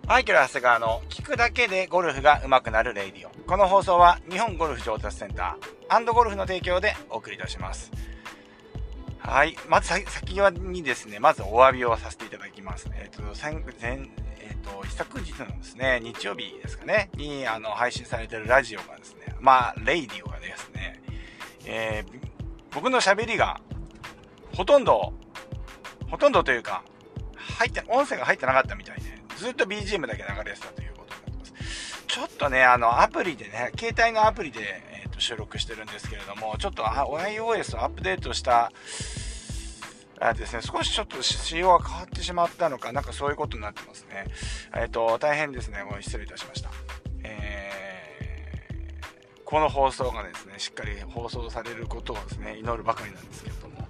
マイケル・長谷川の聞くだけでゴルフが上手くなるレイディオ。この放送は日本ゴルフ上達センターゴルフの提供でお送りいたします。はい。まず先にですね、まずお詫びをさせていただきます。一昨日のですね、日曜日ですかね、に配信されているラジオがですね、レイディオがですね、僕の喋りがほとんどというか、音声が入ってなかったみたいで、ずっと BGM だけ流れてたということになってます。ちょっとね、アプリでね、携帯のアプリで、収録してるんですけれども、ちょっとiOS をアップデートしたですね、少しちょっと仕様が変わってしまったのか、なんかそういうことになってますね。大変ですね、失礼いたしました。この放送がですね、しっかり放送されることをですね、祈るばかりなんですけれども、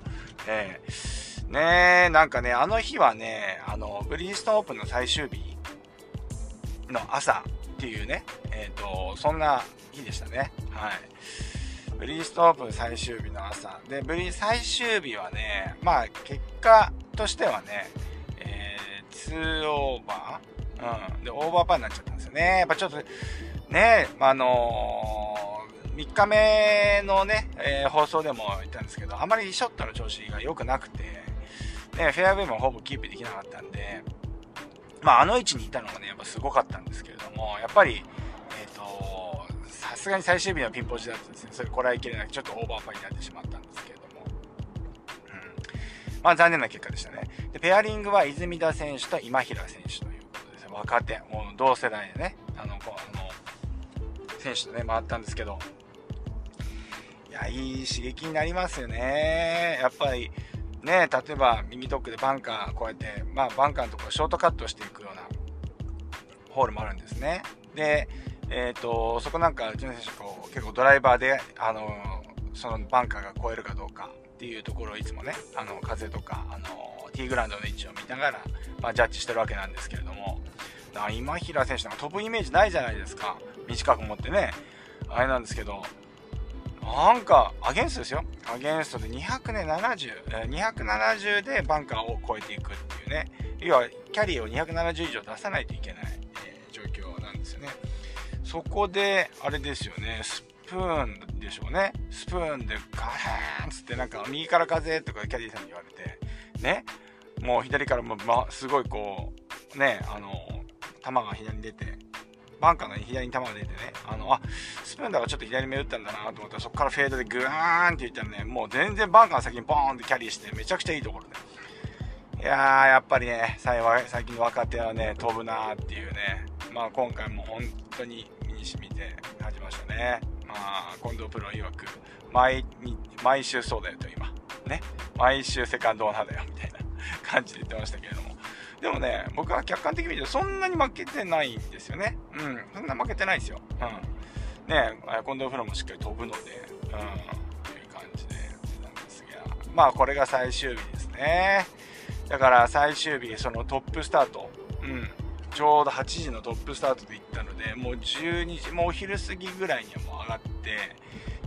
なんかね、あの日はね、ブリヂストンオープンの最終日の朝っていうね、そんな日でしたね。はい。ブリヂストンオープン最終日の朝で、最終日はね、結果としてはね、2オーバー、でオーバーパーになっちゃったんですよね。やっぱちょっとね、3日目のね、放送でも言ったんですけど、あまりショットの調子が良くなくて、ね、フェアウェイもほぼキープできなかったんで、あの位置にいたのがね、やっぱすごかったんですけれども、やっぱり、さすがに最終日のピンポジだとですね、それこらえきれなくちょっとオーバーパーになってしまったんですけれども、残念な結果でしたね。で、ペアリングは泉田選手と今平選手ということですね。若手、もう同世代でね、選手とね、回ったんですけど、いや、いい刺激になりますよね。やっぱり、ね、例えば右ドッグでバンカーこうやって、バンカーのところショートカットしていくようなホールもあるんですね。で、そこなんかうちの選手結構ドライバーでそのバンカーが越えるかどうかっていうところをいつもね、風とかティーグラウンドの位置を見ながら、ジャッジしてるわけなんですけれども、今平選手なんか飛ぶイメージないじゃないですか。短く持ってね、あれなんですけど、なんかアゲンストですよ。アゲンストで270でバンカーを越えていくっていうね、要はキャリーを270以上出さないといけない、状況なんですよね。そこであれですよね、スプーンでしょうね。スプーンでガーンつってなんか右から風とかキャディーさんに言われてね、もう左からもすごいこうね、球が左に出て、バンカーの左に球が出てね、スプーンだからちょっと左目打ったんだなと思ったら、そこからフェードでグーンって言ったらね、もう全然バンカーの先にポーンってキャリーしてめちゃくちゃいいところで、いやー、やっぱりね、最近の若手はね、飛ぶなーっていうね、今回も本当に身に染みて感じましたね。近藤プロ曰く毎週そうだよと、今ね、毎週セカンドオーナーだよみたいな感じで言ってましたけれども、でもね、僕は客観的に見てそんなに負けてないんですよね。そんな負けてないですよ。ね、近藤プロもしっかり飛ぶので、という感じでなんですが、これが最終日ですね。だから最終日、そのトップスタート、ちょうど8時のトップスタートで行ったので、もう12時、もうお昼過ぎぐらいにはもう上がって、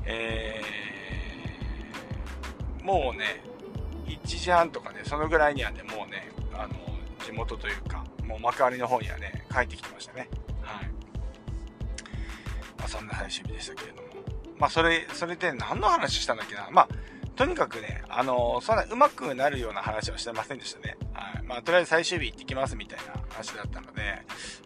もうね、1時半とかね、そのぐらいにはね、もうね、地元というか、もう幕張の方にはね、帰ってきてましたね。はい。そんな最終日でしたけれども。それで何の話したんだっけな。とにかくね、そんな上手くなるような話はしてませんでしたね。はい。とりあえず最終日行ってきますみたいな話だったので、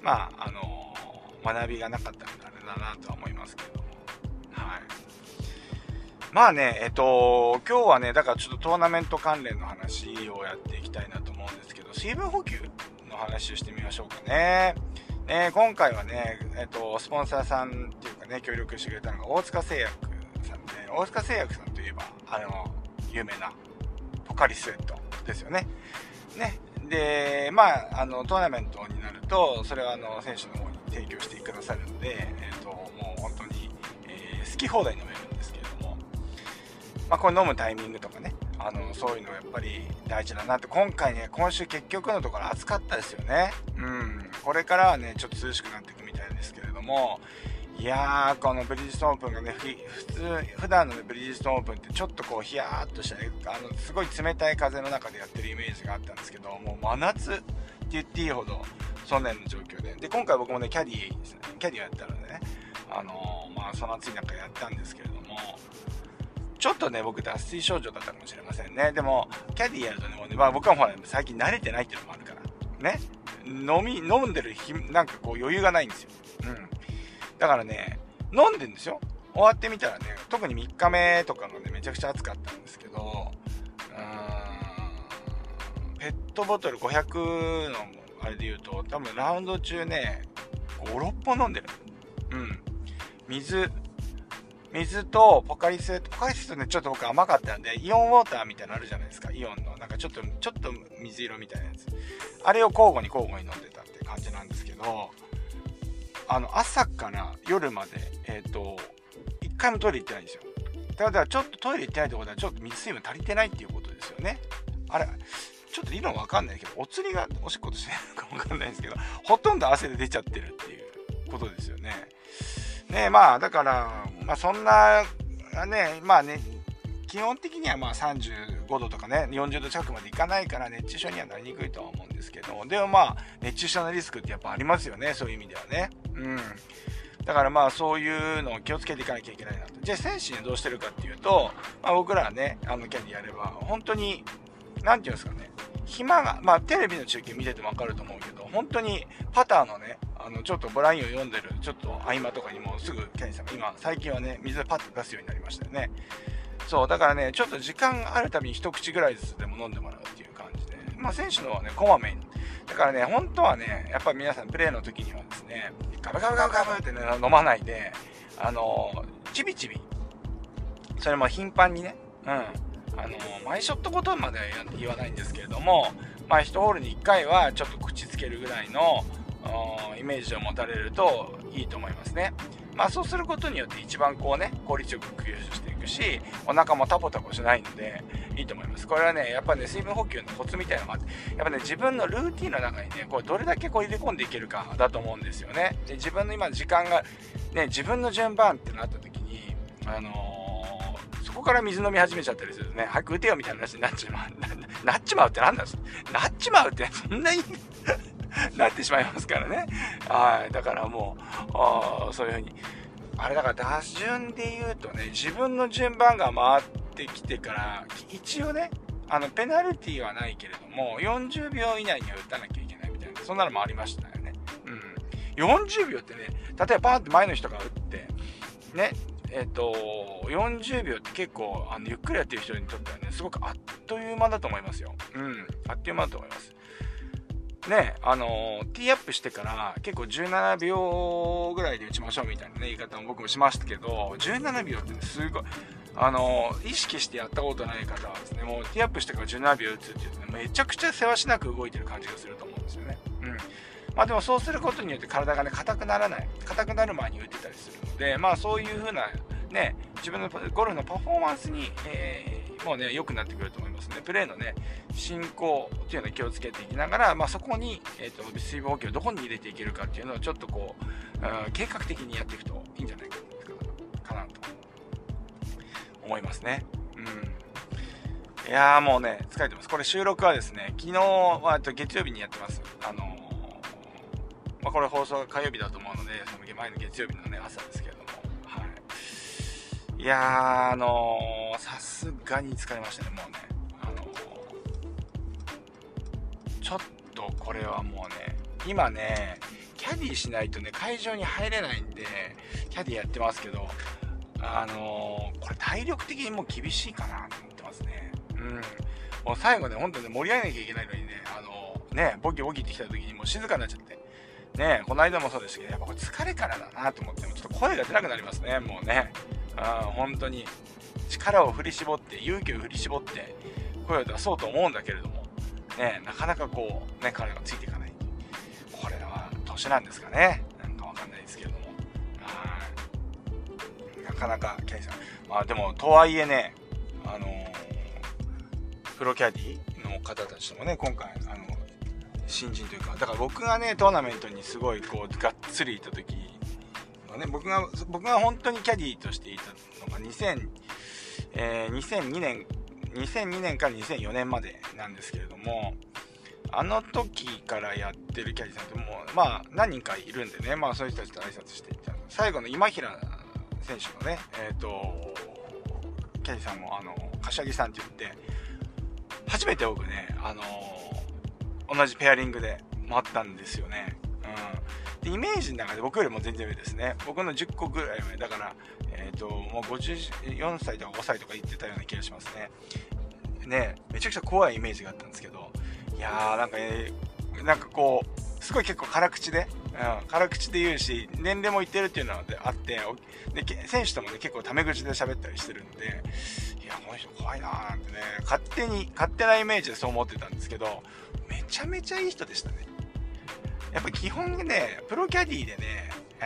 学びがなかったのであれだなとは思いますけれども。はい。今日はね、だからちょっとトーナメント関連の話をやっていきたいなと思うんですけど、水分補給の話をしてみましょうかね。今回はね、スポンサーさんっていうかね、協力してくれたのが大塚製薬さんで、大塚製薬さんといえば、有名なポカリスエットですよね。で、トーナメントになると、それは選手の方に提供してくださるので、もう本当に、好き放題飲めるんですけれども、これ飲むタイミングとかね、そういうのがやっぱり大事だなって。今週結局のところ暑かったですよね。これからはね、ちょっと涼しくなっていくみたいですけれども、いやー、このブリヂストンオープンがね、普段の、ね、ブリヂストンオープンってちょっとこうヒヤーっとしたね、すごい冷たい風の中でやってるイメージがあったんですけど、もう真夏って言っていいほどそんなような状況で。で、今回僕もね、キャディをやったのでね、その暑い中やったんですけれども、ちょっとね、僕脱水症状だったかもしれませんね。でも、キャディやるとね、もうね、僕はほら、最近慣れてないっていうのもあるから、ね。飲んでるなんかこう余裕がないんですよ。だからね、飲んでんですよ。終わってみたらね、特に3日目とかがね、めちゃくちゃ暑かったんですけど、ペットボトル500のあれで言うと、多分ラウンド中ね、5、6本飲んでる。水とポカリスエットね、ちょっと僕甘かったんで、イオンウォーターみたいなのあるじゃないですか。イオンの、なんかちょっと水色みたいなやつ。あれを交互に飲んでたって感じなんですけど、朝から夜まで、一回もトイレ行ってないんですよ。だからちょっとトイレ行ってないってことは、ちょっと水分足りてないっていうことですよね。あれ、ちょっと理論わかんないけど、お釣りがおしっことしてるのかわかんないんですけど、ほとんど汗で出ちゃってるっていうことですよね。ね、だから、そんな、ね、基本的には35度とかね、40度近くまでいかないから熱中症にはなりにくいとは思うんですけど、でも熱中症のリスクってやっぱありますよね、そういう意味ではね。だからそういうのを気をつけていかなきゃいけないなと。じゃあ選手にどうしてるかっていうと、僕らはね、キャディやれば、本当に、なんていうんですかね、暇が、テレビの中継見ててもわかると思うけど、本当にパターのね、ちょっとブラインを読んでる、ちょっと合間とかにもすぐキャディさんが最近はね、水でパッと出すようになりましたよね。そう、だからね、ちょっと時間あるたびに一口ぐらいずつでも飲んでもらうっていう感じで、選手のはね、こまめに。だからね、本当はね、やっぱり皆さんプレーの時にはですね、ガブガブガブガブってね、飲まないで、ちびちび、それも頻繁にね、毎ショットごとまでは言わないんですけれども、1ホールに1回はちょっと口つけるぐらいのイメージを持たれるといいと思いますね。そうすることによって一番こうね、効率よく吸収していくし、お腹もタポタポしないのでいいと思います。これはね、やっぱね、水分補給のコツみたいなのがあって、やっぱね、自分のルーティンの中にね、これどれだけこう入れ込んでいけるかだと思うんですよね。で、自分の今時間がね、自分の順番ってなった時に、そこから水飲み始めちゃったりするとね、早く打てよみたいな話になっちまう。なっちまうってなんだなっちまうってそんなになってしまいますからね。だからもう、そういうふうに。あれだから打順で言うとね、自分の順番が回ってきてから、一応ね、ペナルティーはないけれども、40秒以内には打たなきゃいけないみたいな、そんなのもありましたよね。40秒ってね、例えばパーンって前の人が打って、ね、40秒って結構ゆっくりやってる人にとってはね、すごくあっという間だと思いますよ。あっという間だと思います。ね、ティーアップしてから結構17秒ぐらいで打ちましょうみたいなね、言い方も僕もしましたけど、17秒って、ね、すごい、意識してやったことない方はですね、もうティーアップしてから17秒打つっていうね、めちゃくちゃせわしなく動いてる感じがすると思うんですよね。でもそうすることによって体がね、硬くなる前に打てたりするので、そういう風なね、自分のゴルフのパフォーマンスに、もうね、良くなってくると思いますね。プレーのね、進行っていうのを気をつけていきながら、そこに、水分補給をどこに入れていけるかっていうのをちょっとこう、計画的にやっていくといいんじゃないかなと思いますね。いやーもうね、疲れてます。これ収録はですね、昨日は月曜日にやってます。これ放送が火曜日だと思うので、その前の月曜日のね、朝ですけれども、いやー、さすがに疲れましたね、もうね。ちょっとこれはもうね、今ね、キャディしないとね、会場に入れないんで、キャディやってますけど、これ体力的にもう厳しいかなと思ってますね。もう最後ね、本当に盛り上げなきゃいけないのにね、ボキボキってきた時にもう静かになっちゃって。ね、この間もそうですけど、やっぱこれ疲れからだなと思って、ちょっと声が出なくなりますね、もうね。本当に力を振り絞って、勇気を振り絞って声を出そうと思うんだけれども、ね、なかなかこう、ね、彼がついていかない。これは年なんですかね。なんかわかんないですけれども。なかなかキャディさん。でも、とはいえね、プロキャディの方たちともね、今回、新人というか、だから僕がね、トーナメントにすごいこう、がっつりいた時のね、僕が本当にキャディとしていたのが2002年から2004年までなんですけれども、 あの時からやってるキャディさんってもう、まあ何人かいるんでね、まあそういう人たちと挨拶していった。最後の今平選手のね、キャディさんも柏木さんって言って、初めて僕ね、同じペアリングで回ったんですよね。でイメージの中で僕よりも全然上ですね。僕の10個ぐらい上だから、もう54歳とか5歳とか言ってたような気がしますね。ね、めちゃくちゃ怖いイメージがあったんですけど、いやーなんかこうすごい結構辛口で言うし、年齢もいってるっていうのがあって、で選手ともね結構タメ口で喋ったりしてるんで、いやこの人怖いなーなんてね、勝手なイメージでそう思ってたんですけど、めちゃめちゃいい人でしたね。やっぱ基本ね、プロキャディでね、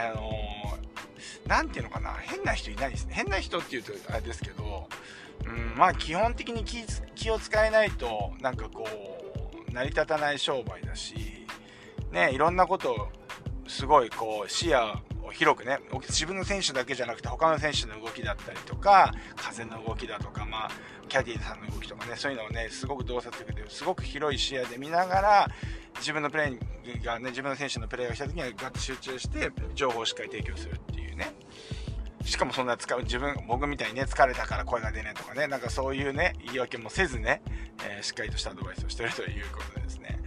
なんていうのかな、変な人いないですね。変な人っていうとあれですけど、まあ基本的に気を使えないとなんかこう成り立たない商売だしね、いろんなことをすごいこう視野を広くね、自分の選手だけじゃなくて他の選手の動きだったりとか、風の動きだとか、まあキャディーさんの動きとかね、そういうのをねすごく洞察的ですごく広い視野で見ながら、自分のプレーがね、自分の選手のプレーがした時にはガッと集中して情報をしっかり提供するっていうね。しかもそんな僕みたいにね、疲れたから声が出ないとかね、なんかそういうね言い訳もせずね、しっかりとしたアドバイスをしているということでですね、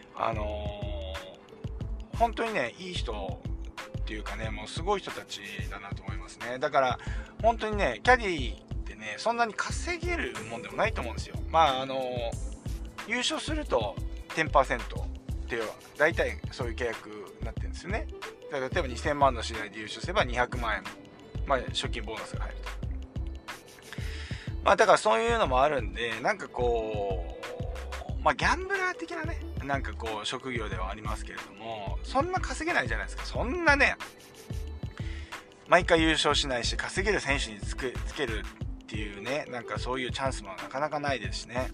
本当にねいい人っていうかね、もうすごい人たちだなと思いますね。だから本当にね、キャディってねそんなに稼げるもんでもないと思うんですよ。まあ優勝すると 10% っていう大体そういう契約になってるんですよね。だから例えば2000万の試合で優勝すれば200万円、まあ、賞金ボーナスが入ると。まあだからそういうのもあるんで、なんかこう、まあギャンブラー的なね、なんかこう職業ではありますけれども、そんな稼げないじゃないですか。そんなね、毎回優勝しないし、稼げる選手につけるっていうね、なんかそういうチャンスもなかなかないですしね。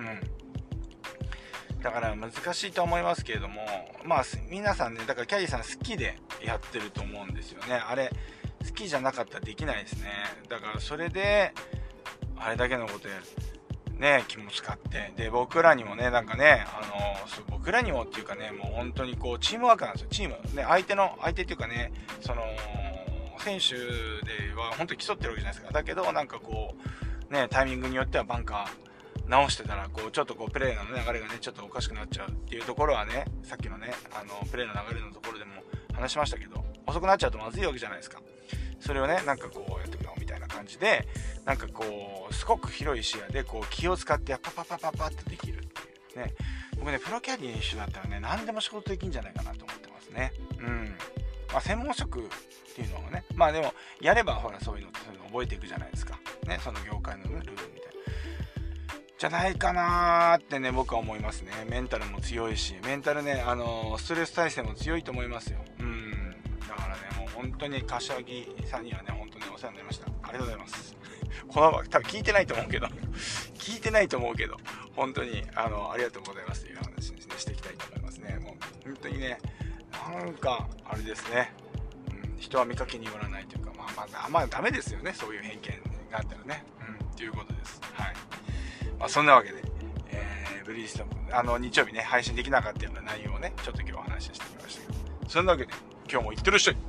だから難しいと思いますけれども、まあ皆さんね、だからキャディさん好きでやってると思うんですよね。あれ好きじゃなかったらできないですね。だからそれであれだけのことやるね、気も使って、で僕らにもね、なんかね、僕らにもっていうかね、もう本当にこうチームワークなんですよ。チームね、相手っていうかね、その選手では本当に競ってるわけじゃないですか。だけどなんかこうね、タイミングによってはバンカー直してたらこうちょっとこうプレーの流れがねちょっとおかしくなっちゃうっていうところはね、さっきのねプレーの流れのところでも話しましたけど、遅くなっちゃうとまずいわけじゃないですか。それをねなんかこうやってくよみたいな感じで、なんかこうすごく広い視野でこう気を使ってパッとできるっていうね。僕ねプロキャディー一緒だったらね何でも仕事できるんじゃないかなと思ってますね。まあ専門職っていうのはね、まあでもやればほらそういうの覚えていくじゃないですかね、その業界のルールみたいなじゃないかなーってね僕は思いますね。メンタルも強いし、メンタルねストレス耐性も強いと思いますよ。だからねもう本当に柏木さんにはね本当にお世話になりました。ありがとうございます。この多分聞いてないと思うけど本当にありがとうございますという話に、ね、していきたいと思いますね。もう本当にねなんかあれですね、人は見かけによらないというか、まあダメですよね、そういう偏見があったらね、ということです。はい。まあ、そんなわけで、ブリースト日曜日ね配信できなかったような内容をねちょっと今日お話ししてみましたけど、そんなわけで今日もいってらっしゃい。